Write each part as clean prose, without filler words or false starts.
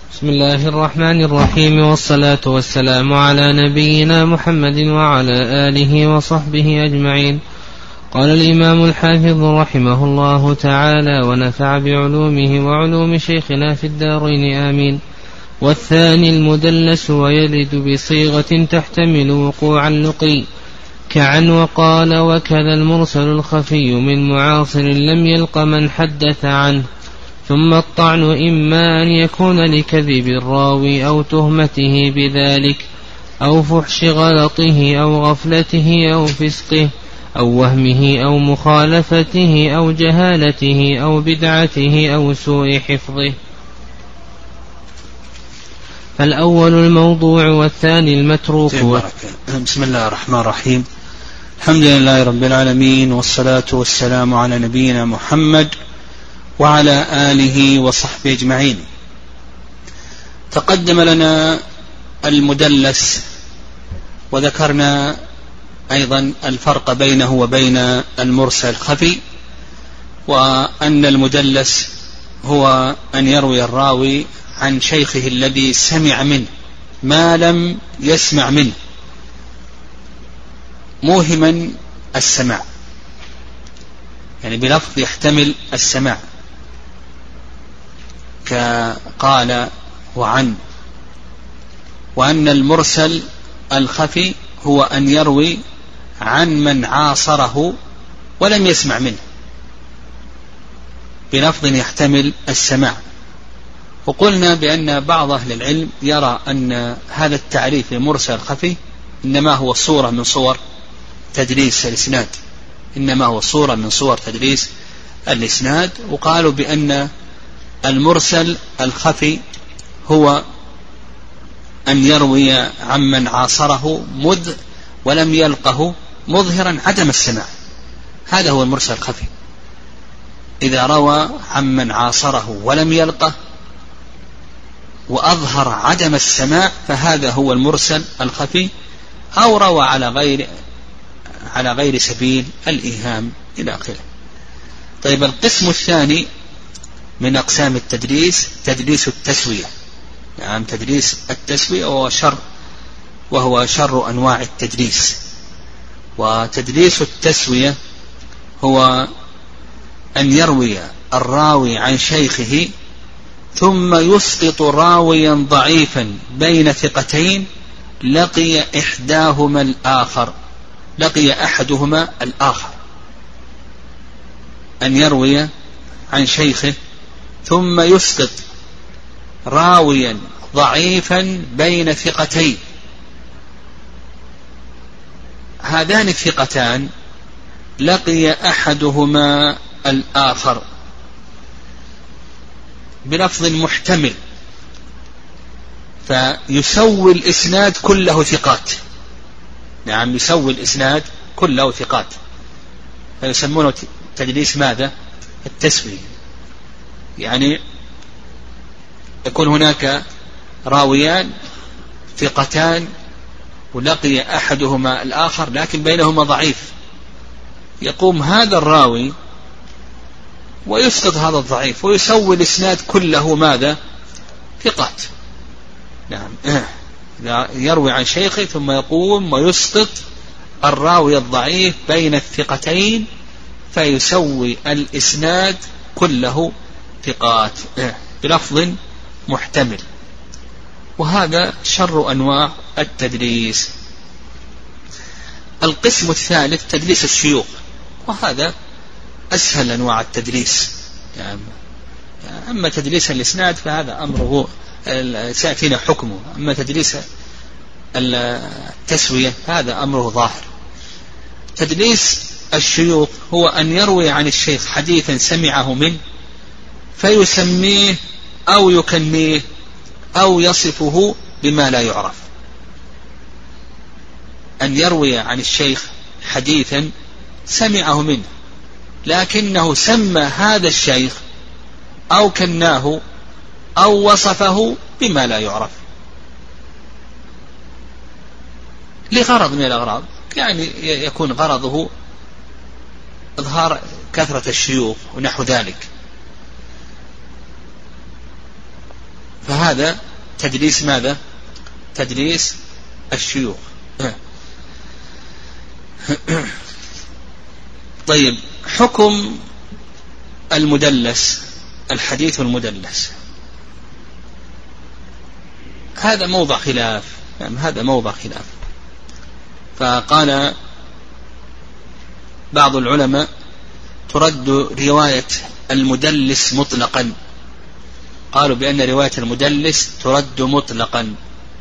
بسم الله الرحمن الرحيم، والصلاة والسلام على نبينا محمد وعلى آله وصحبه أجمعين. قال الإمام الحافظ رحمه الله تعالى ونفع بعلومه وعلوم شيخنا في الدارين آمين. والثاني المدلس، ويلد بصيغة تحتمل وقوع اللقي كعن وقال، وكذا المرسل الخفي من معاصر لم يلق من حدث عنه. ثم الطعن إما أن يكون لكذب الراوي أو تهمته بذلك، أو فحش غلطه أو غفلته أو فسقه أو وهمه أو مخالفته أو جهالته أو بدعته أو سوء حفظه. فالأول الموضوع والثاني المتروك. بسم الله الرحمن الرحيم. الحمد لله رب العالمين، والصلاة والسلام على نبينا محمد وعلى آله وصحبه أجمعين. تقدم لنا المدلس، وذكرنا أيضا الفرق بينه وبين المرسل الخفي، وأن المدلس هو أن يروي الراوي عن شيخه الذي سمع منه ما لم يسمع منه، موهما السماع، يعني بلفظ يحتمل السماع، كقال وعن. وأن المرسل الخفي هو أن يروي عن من عاصره ولم يسمع منه بلفظ يحتمل السماع. وقلنا بأن بعض أهل العلم يرى أن هذا التعريف المرسل الخفي إنما هو صورة من صور تدليس الإسناد، إنما هو صورة من صور تدليس الإسناد. وقالوا بأن المرسل الخفي هو أن يروي عمن عاصره ولم يلقه مظهرا عدم السماع، هذا هو المرسل الخفي. إذا روى عمن عاصره ولم يلقه وأظهر عدم السماع فهذا هو المرسل الخفي، أو روى على غير سبيل الإيهام إلى آخره. طيب، القسم الثاني من أقسام التدليس تدليس التسوية. نعم، تدليس التسوية وهو شر أنواع التدليس. وتدليس التسوية هو أن يروي الراوي عن شيخه ثم يسقط راويا ضعيفا بين ثقتين لقي أحدهما الآخر. أن يروي عن شيخه ثم يسقط راويا ضعيفا بين ثقتين، هذان الثقتان لقي أحدهما الآخر بلفظ محتمل، فيسوي الإسناد كله ثقات. نعم، يسوي الإسناد كله ثقات، فيسمونه تدليس ماذا؟ التسوية. يعني يكون هناك راويان ثقتان ولقي أحدهما الآخر لكن بينهما ضعيف، يقوم هذا الراوي ويسقط هذا الضعيف ويسوي الإسناد كله ماذا؟ ثقات. نعم، يروي عن شيخه ثم يقوم ويسقط الراوي الضعيف بين الثقتين فيسوي الإسناد كله ثقات بلفظ محتمل، وهذا شر أنواع التدليس. القسم الثالث تدليس الشيوخ، وهذا أسهل أنواع التدليس. يعني أما تدليس الإسناد فهذا أمره سيأتينا حكمه، أما تدليس التسوية هذا أمره ظاهر. تدليس الشيوخ هو أن يروي عن الشيخ حديثا سمعه منه فيسميه أو يكنيه أو يصفه بما لا يعرف. أن يروي عن الشيخ حديثا سمعه منه لكنه سمى هذا الشيخ أو كناه أو وصفه بما لا يعرف لغرض من الأغراض، يعني يكون غرضه إظهار كثرة الشيوخ ونحو ذلك. فهذا تدليس ماذا؟ تدليس الشيوخ. طيب، حكم المدلس، الحديث المدلس، هذا موضع خلاف، يعني هذا موضع خلاف. فقال بعض العلماء ترد رواية المدلس مطلقا، قالوا بأن رواية المدلس ترد مطلقا.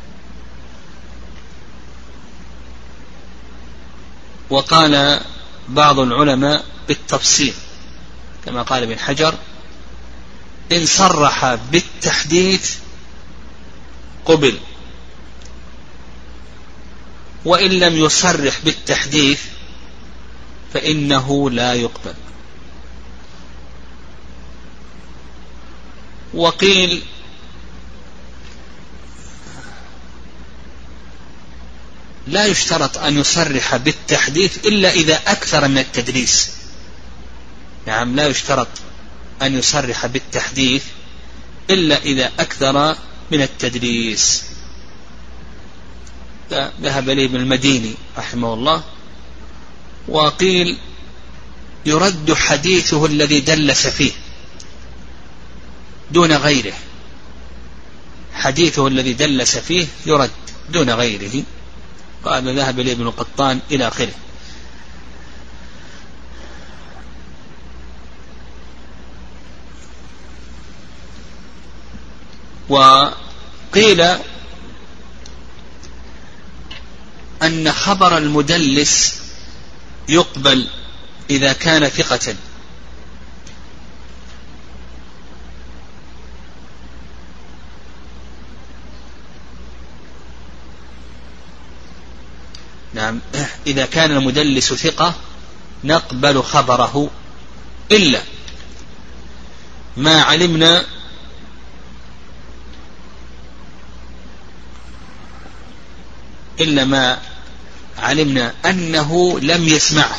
وقال بعض العلماء بالتفصيل كما قال ابن حجر: إن صرح بالتحديث قبل، وإن لم يصرح بالتحديث فإنه لا يقبل. وقيل لا يشترط أن يصرح بالتحديث إلا إذا أكثر من التدليس. نعم، لا يشترط أن يصرح بالتحديث إلا إذا أكثر من التدليس. ذهب إليه ابن المديني رحمه الله. وقيل يرد حديثه الذي دلس فيه دون غيره، حديثه الذي دلس فيه يرد دون غيره. قال ذهب إليه ابن القطان إلى آخره. وقيل أن خبر المدلس يقبل إذا كان ثقة، نعم، إذا كان المدلس ثقة نقبل خبره، إلا ما علمنا أنه لم يسمعه.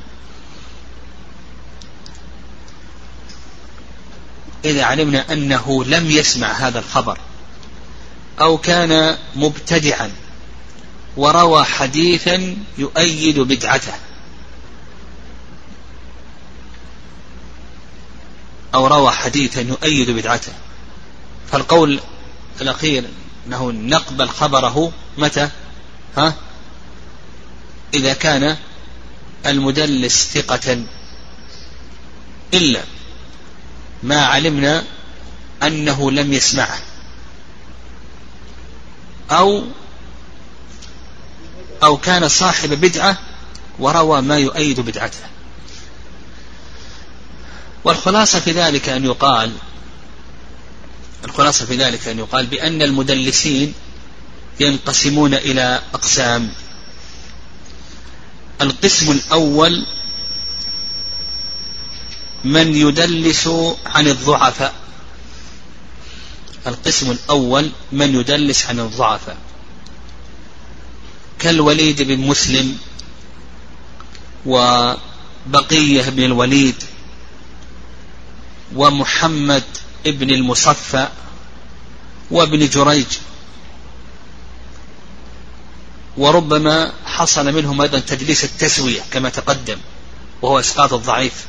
إذا علمنا أنه لم يسمع هذا الخبر، أو كان مبتدعا وروى حديثا يؤيد بدعته، فالقول الأخير أنه نقبل خبره متى؟ إذا كان المدلس ثقة، إلا ما علمنا أنه لم يسمعه، أو كان صاحب بدعة وروى ما يؤيد بدعته. والخلاصة في ذلك أن يقال بأن المدلسين ينقسمون إلى أقسام. القسم الأول من يدلس عن الضعفاء، كالوليد بن مسلم وبقية بن الوليد ومحمد بن المصفى وابن جريج، وربما حصل منهم أيضا تدليس التسوية كما تقدم، وهو إسقاط الضعيف.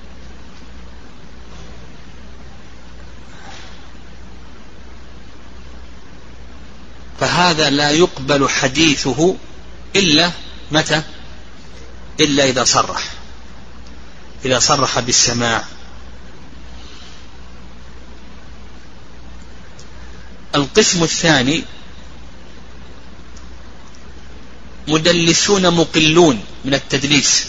فهذا لا يقبل حديثه إلا متى؟ إلا إذا صرح بالسماع. القسم الثاني مدلسون مقلون من التدليس،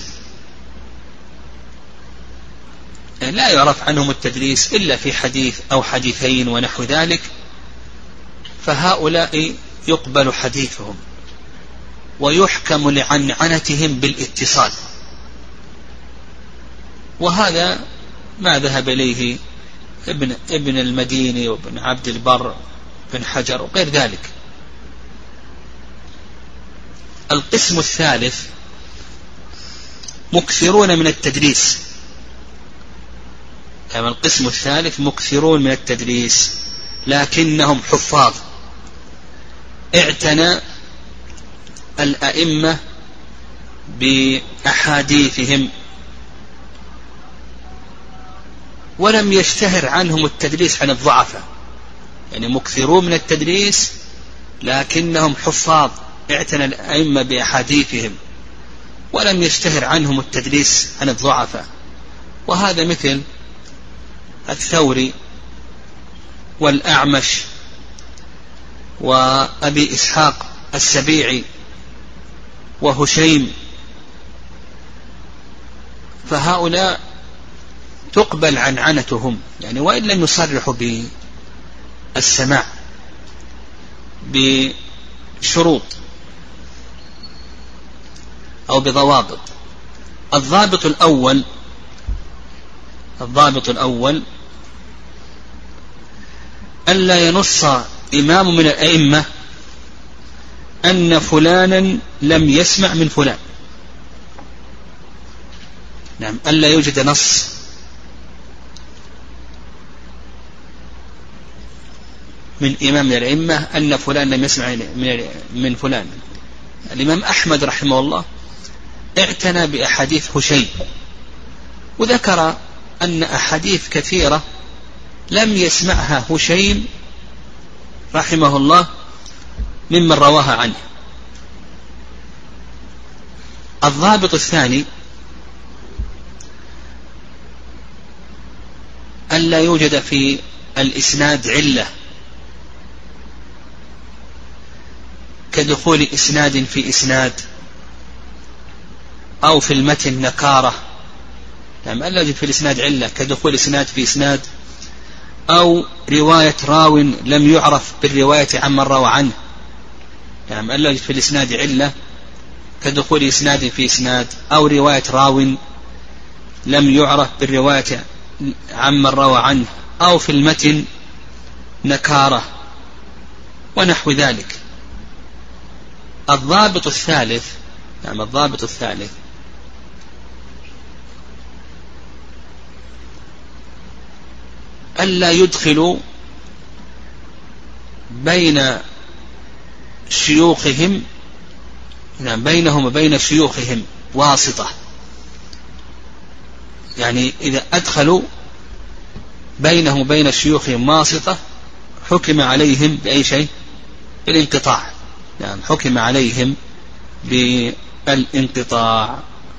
يعني لا يعرف عنهم التدليس إلا في حديث أو حديثين ونحو ذلك، فهؤلاء يقبل حديثهم ويحكم لعنعنتهم بالاتصال. وهذا ما ذهب إليه ابن المديني وابن عبد البر بن حجر وغير ذلك. القسم الثالث مكثرون من التدليس، يعني القسم الثالث مكثرون من التدليس، لكنهم حفاظ. اعتنى الأئمة بأحاديثهم ولم يشتهر عنهم التدليس عن الضعفاء، يعني مكثرون من التدليس لكنهم حفاظ. اعتنى الأئمة بأحاديثهم ولم يشتهر عنهم التدليس عن الضعفاء، وهذا مثل الثوري والأعمش وأبي إسحاق السبيعي وهشيم، فهؤلاء تقبل عنعنتهم، يعني وإن لم يصرحوا بالسماع بشروط أو بضوابط. الضابط الأول ألا ينص إمام من الأئمة أن فلانا لم يسمع من فلان. نعم، ألا يوجد نص من إمام من الأئمة أن فلان لم يسمع من فلان. الإمام أحمد رحمه الله اعتنى بأحاديث هشيم، وذكر أن أحاديث كثيرة لم يسمعها هشيم رحمه الله ممن رواها عنه. الضابط الثاني ألا يوجد في الإسناد علة كدخول إسناد في إسناد أو في المتن نكارة. يعني ألا يوجد في الإسناد علة كدخول إسناد في إسناد، أو رواية راو لم يعرف بالرواية عمن روى عنه. يعني ألا يوجد في الإسناد علة كدخول إسناد في إسناد، أو رواية راو لم يعرف بالرواية عمن روى عنه، أو في المتن نكارة ونحو ذلك. الضابط الثالث ألا يدخلوا بين شيوخهم، بينهم وبين شيوخهم واسطة. يعني إذا أدخلوا بينهم وبين شيوخهم واسطة حكم عليهم بأي شيء؟ بالانقطاع. يعني حكم عليهم بالانقطاع.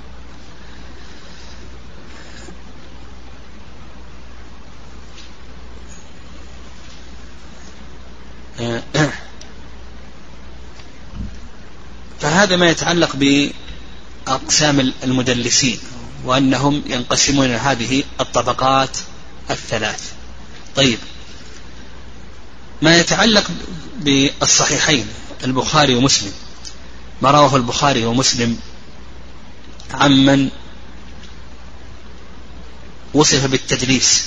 فهذا ما يتعلق بأقسام المدلسين، وأنهم ينقسمون هذه الطبقات الثلاث. طيب، ما يتعلق بالصحيحين البخاري ومسلم، ما رواه البخاري ومسلم عمن وصف بالتدليس،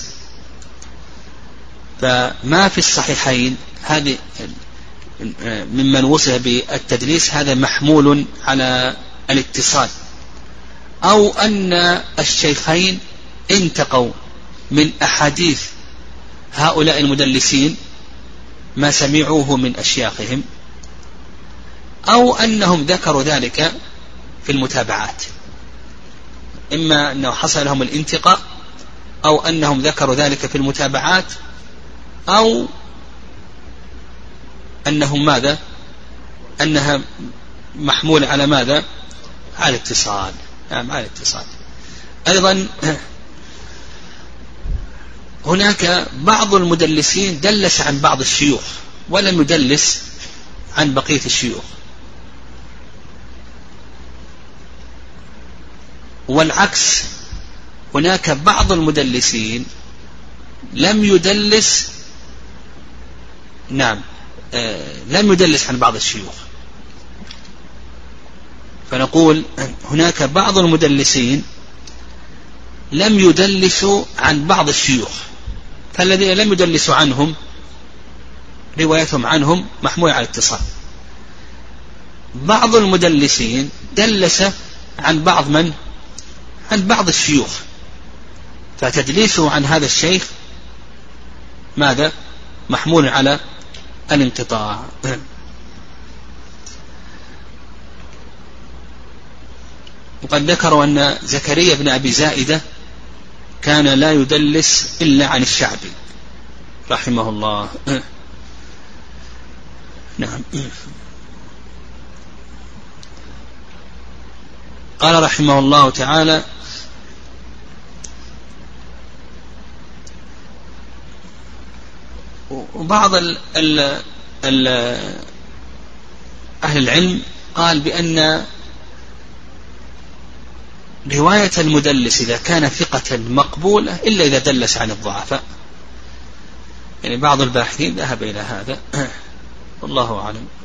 فما في الصحيحين هذه ممن وصف بالتدليس هذا محمول على الاتصال، أو أن الشيخين انتقوا من أحاديث هؤلاء المدلسين ما سمعوه من أشياخهم، أو أنهم ذكروا ذلك في المتابعات. إما أنه حصل لهم الانتقاء، أو أنهم ذكروا ذلك في المتابعات، أو أنهم ماذا؟ أنها محمول على ماذا؟ على الاتصال. على الاتصال. أيضا هناك بعض المدلسين دلس عن بعض الشيوخ ولم يدلس عن بقية الشيوخ، والعكس، هناك بعض المدلسين لم يدلس لم يدلس عن بعض الشيوخ. فنقول هناك بعض المدلسين لم يدلسوا عن بعض الشيوخ، فالذين لم يدلسوا عنهم روايتهم عنهم محمولة على الاتصال. بعض المدلسين دلس عن بعض من؟ عن بعض الشيوخ، فتدليسه عن هذا الشيخ ماذا؟ محمول على الانقطاع. وقد ذكروا أن زكريا بن أبي زائدة كان لا يدلس إلا عن الشعبي رحمه الله. نعم. قال رحمه الله تعالى: وبعض أهل العلم قال بأن رواية المدلس إذا كان ثقة مقبولة إلا إذا دلس عن الضعفاء، يعني بعض الباحثين ذهب إلى هذا، والله أعلم.